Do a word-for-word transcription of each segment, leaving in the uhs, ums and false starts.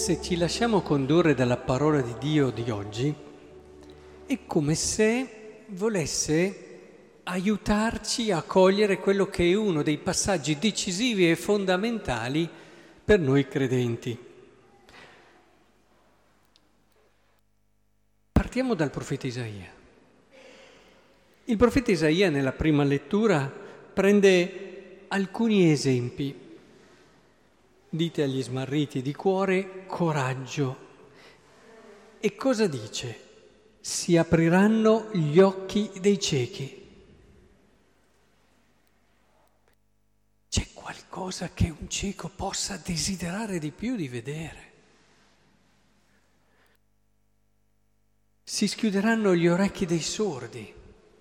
Se ci lasciamo condurre dalla parola di Dio di oggi, è come se volesse aiutarci a cogliere quello che è uno dei passaggi decisivi e fondamentali per noi credenti. Partiamo dal profeta Isaia. Il profeta Isaia nella prima lettura prende alcuni esempi. Dite agli smarriti di cuore, coraggio. E cosa dice? Si apriranno gli occhi dei ciechi. C'è qualcosa che un cieco possa desiderare di più di vedere. Si schiuderanno gli orecchi dei sordi.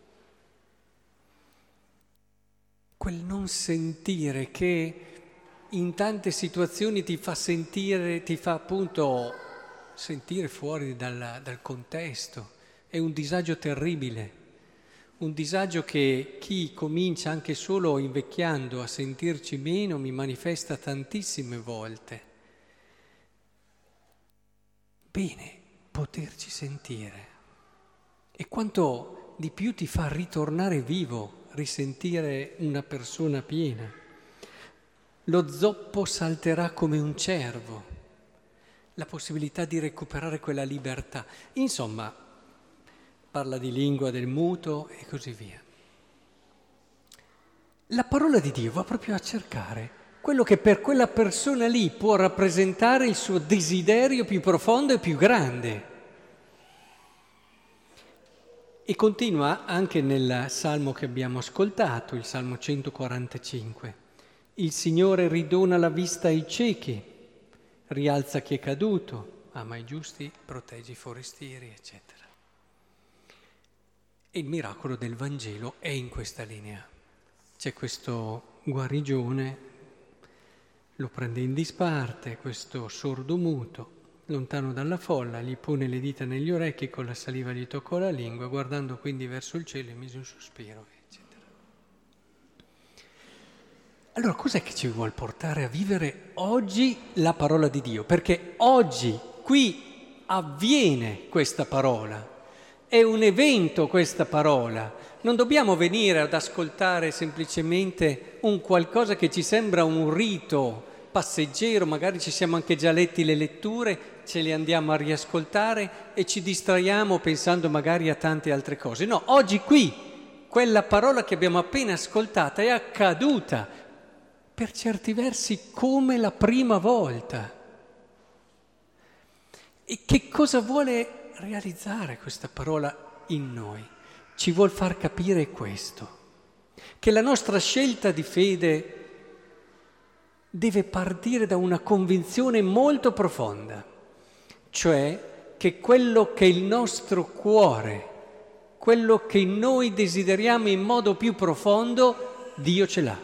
Quel non sentire che in tante situazioni ti fa sentire, ti fa appunto sentire fuori dal, dal contesto. È un disagio terribile, un disagio che chi comincia anche solo invecchiando a sentirci meno mi manifesta tantissime volte. Bene, poterci sentire. E quanto di più ti fa ritornare vivo, risentire una persona piena. Lo zoppo salterà come un cervo, la possibilità di recuperare quella libertà. Insomma, parla di lingua del muto e così via. La parola di Dio va proprio a cercare quello che per quella persona lì può rappresentare il suo desiderio più profondo e più grande. E continua anche nel salmo che abbiamo ascoltato, il salmo centoquarantacinque. Il Signore ridona la vista ai ciechi, rialza chi è caduto, ama i giusti, protegge i forestieri, eccetera. E il miracolo del Vangelo è in questa linea. C'è questo guarigione, lo prende in disparte, questo sordo muto, lontano dalla folla, gli pone le dita negli orecchi, con la saliva gli toccò la lingua, guardando quindi verso il cielo emise un sospiro, eccetera. Allora, cos'è che ci vuol portare a vivere oggi la parola di Dio? Perché oggi, qui, avviene questa parola. È un evento questa parola. Non dobbiamo venire ad ascoltare semplicemente un qualcosa che ci sembra un rito passeggero, magari ci siamo anche già letti le letture, ce le andiamo a riascoltare e ci distraiamo pensando magari a tante altre cose. No, oggi qui, quella parola che abbiamo appena ascoltata è accaduta per certi versi come la prima volta. E che cosa vuole realizzare questa parola in noi? Ci vuol far capire questo, che la nostra scelta di fede deve partire da una convinzione molto profonda, cioè che quello che il nostro cuore, quello che noi desideriamo in modo più profondo, Dio ce l'ha.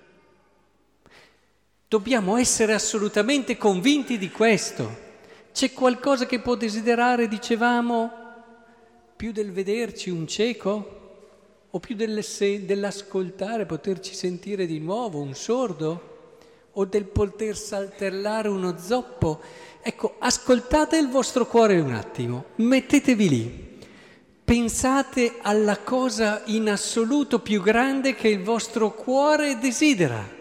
Dobbiamo essere assolutamente convinti di questo. C'è qualcosa che può desiderare, dicevamo, più del vederci un cieco? O più dell'ascoltare, poterci sentire di nuovo un sordo? O del poter saltellare uno zoppo? Ecco, ascoltate il vostro cuore un attimo, mettetevi lì, pensate alla cosa in assoluto più grande che il vostro cuore desidera.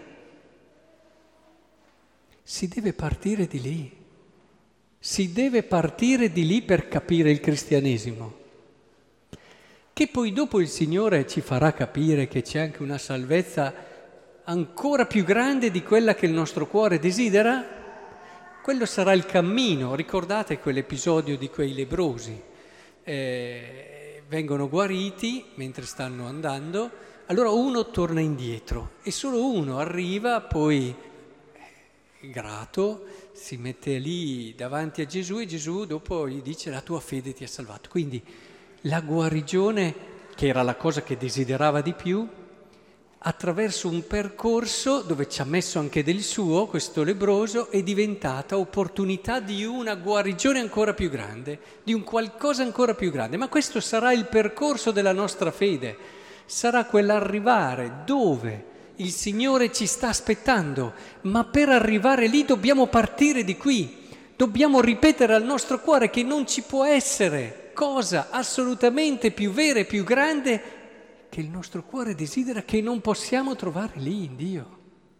Si deve partire di lì, si deve partire di lì per capire il cristianesimo. Che poi dopo il Signore ci farà capire che c'è anche una salvezza ancora più grande di quella che il nostro cuore desidera, quello sarà il cammino. Ricordate quell'episodio di quei lebbrosi? Eh, vengono guariti mentre stanno andando, allora uno torna indietro e solo uno arriva, poi grato, si mette lì davanti a Gesù e Gesù dopo gli dice: la tua fede ti ha salvato. Quindi la guarigione, che era la cosa che desiderava di più, attraverso un percorso dove ci ha messo anche del suo, questo lebbroso, è diventata opportunità di una guarigione ancora più grande, di un qualcosa ancora più grande. Ma questo sarà il percorso della nostra fede, sarà quell'arrivare dove il Signore ci sta aspettando, ma per arrivare lì dobbiamo partire di qui. Dobbiamo ripetere al nostro cuore che non ci può essere cosa assolutamente più vera e più grande che il nostro cuore desidera, che non possiamo trovare lì in Dio.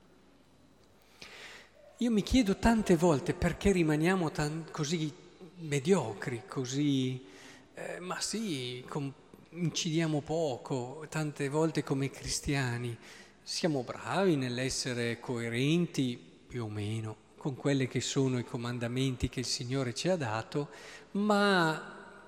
Io mi chiedo tante volte perché rimaniamo tan- così mediocri, così, eh, ma sì, com- incidiamo poco, tante volte come cristiani. Siamo bravi nell'essere coerenti, più o meno, con quelli che sono i comandamenti che il Signore ci ha dato, ma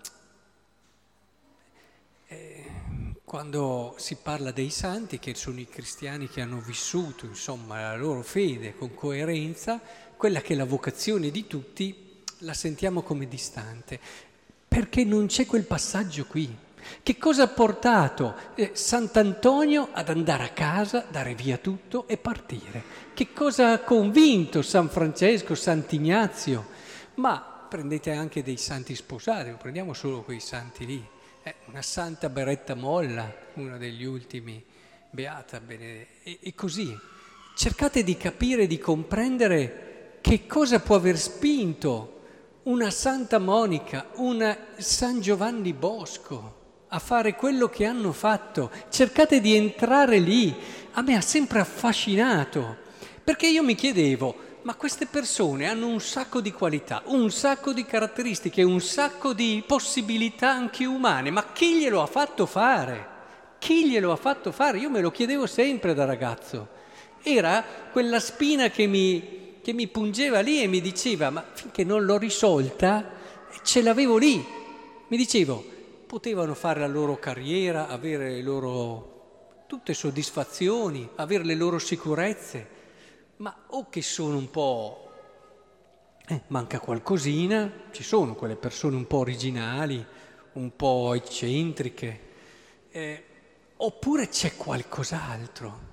eh, quando si parla dei santi, che sono i cristiani che hanno vissuto, insomma, la loro fede con coerenza, quella che è la vocazione di tutti, la sentiamo come distante, perché non c'è quel passaggio qui. Che cosa ha portato eh, Sant'Antonio ad andare a casa, dare via tutto e partire? Che cosa ha convinto San Francesco, Sant'Ignazio? Ma prendete anche dei santi sposati, non prendiamo solo quei santi lì. Eh, una Santa Beretta Molla, uno degli ultimi, beata, bene, e, e così. Cercate di capire, di comprendere che cosa può aver spinto una Santa Monica, una San Giovanni Bosco a fare quello che hanno fatto. Cercate di entrare lì. A me ha sempre affascinato, perché io mi chiedevo, ma queste persone hanno un sacco di qualità, un sacco di caratteristiche, un sacco di possibilità anche umane, ma chi glielo ha fatto fare? Chi glielo ha fatto fare? Io me lo chiedevo sempre da ragazzo. Era quella spina che mi, che mi pungeva lì e mi diceva, ma finché non l'ho risolta, ce l'avevo lì. Mi dicevo, potevano fare la loro carriera, avere le loro tutte soddisfazioni, avere le loro sicurezze, ma o che sono un po', eh, manca qualcosina, ci sono quelle persone un po' originali, un po' eccentriche, eh, oppure c'è qualcos'altro.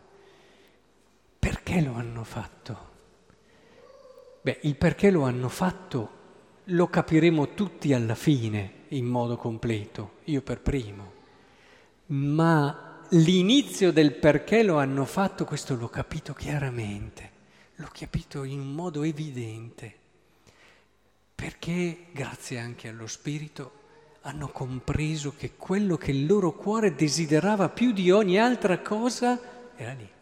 Perché lo hanno fatto? Beh, il perché lo hanno fatto lo capiremo tutti alla fine, in modo completo, io per primo. Ma l'inizio del perché lo hanno fatto, questo l'ho capito chiaramente, l'ho capito in un modo evidente, perché grazie anche allo Spirito hanno compreso che quello che il loro cuore desiderava più di ogni altra cosa era lì.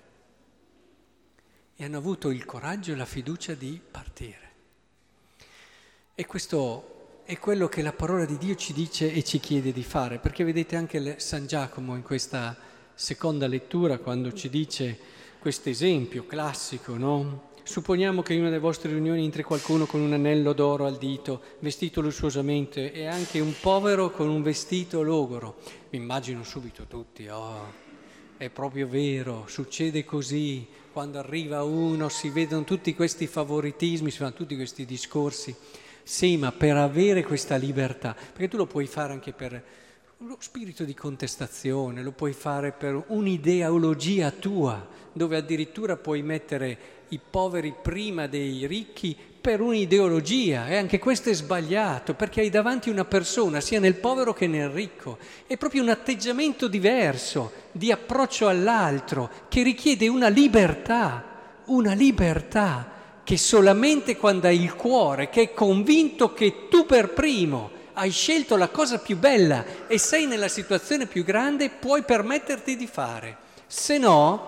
E hanno avuto il coraggio e la fiducia di partire. E questo è quello che la parola di Dio ci dice e ci chiede di fare, perché vedete anche San Giacomo in questa seconda lettura, quando ci dice questo esempio classico, no? Supponiamo che in una delle vostre riunioni entri qualcuno con un anello d'oro al dito, vestito lussuosamente, e anche un povero con un vestito logoro. Mi immagino subito tutti, oh, è proprio vero, succede così. Quando arriva uno si vedono tutti questi favoritismi, si fanno tutti questi discorsi. Sì, ma per avere questa libertà, perché tu lo puoi fare anche per lo spirito di contestazione, lo puoi fare per un'ideologia tua, dove addirittura puoi mettere i poveri prima dei ricchi per un'ideologia, e anche questo è sbagliato, perché hai davanti una persona, sia nel povero che nel ricco, è proprio un atteggiamento diverso di approccio all'altro, che richiede una libertà, una libertà, che solamente quando hai il cuore, che è convinto che tu per primo hai scelto la cosa più bella e sei nella situazione più grande, puoi permetterti di fare. Se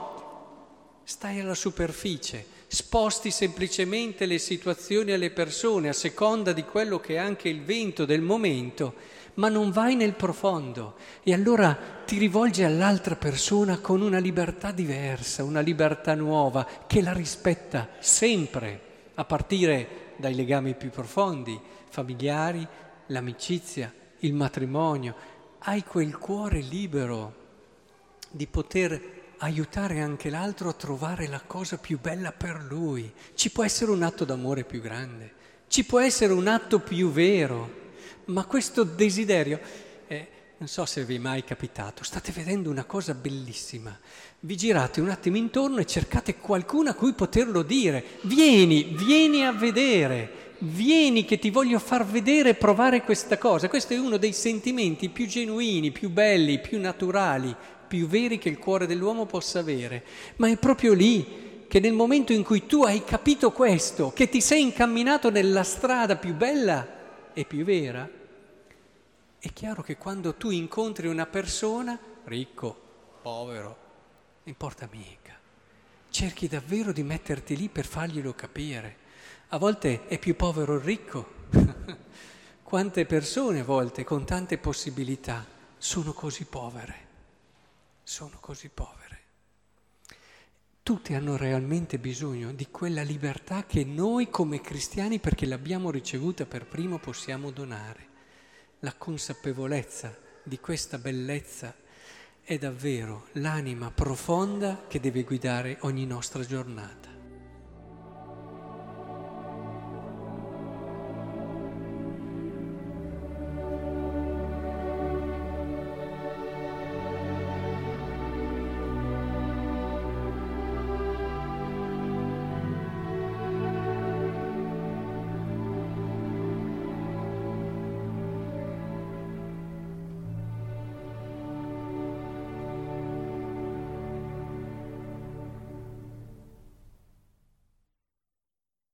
no, stai alla superficie, sposti semplicemente le situazioni e le persone a seconda di quello che è anche il vento del momento, ma non vai nel profondo, e allora ti rivolgi all'altra persona con una libertà diversa, una libertà nuova, che la rispetta sempre, a partire dai legami più profondi, familiari, l'amicizia, il matrimonio. Hai quel cuore libero di poter aiutare anche l'altro a trovare la cosa più bella per lui. Ci può essere un atto d'amore più grande, ci può essere un atto più vero, ma questo desiderio, eh, non so se vi è mai capitato, state vedendo una cosa bellissima, vi girate un attimo intorno e cercate qualcuno a cui poterlo dire, vieni, vieni a vedere, vieni che ti voglio far vedere e provare questa cosa. Questo è uno dei sentimenti più genuini, più belli, più naturali, più veri che il cuore dell'uomo possa avere, ma è proprio lì che nel momento in cui tu hai capito questo, che ti sei incamminato nella strada più bella e più vera, è chiaro che quando tu incontri una persona, ricco, povero, non importa mica, cerchi davvero di metterti lì per farglielo capire. A volte è più povero il ricco. Quante persone a volte con tante possibilità sono così povere, sono così povere. Tutti hanno realmente bisogno di quella libertà che noi come cristiani, perché l'abbiamo ricevuta per primo, possiamo donare. La consapevolezza di questa bellezza è davvero l'anima profonda che deve guidare ogni nostra giornata.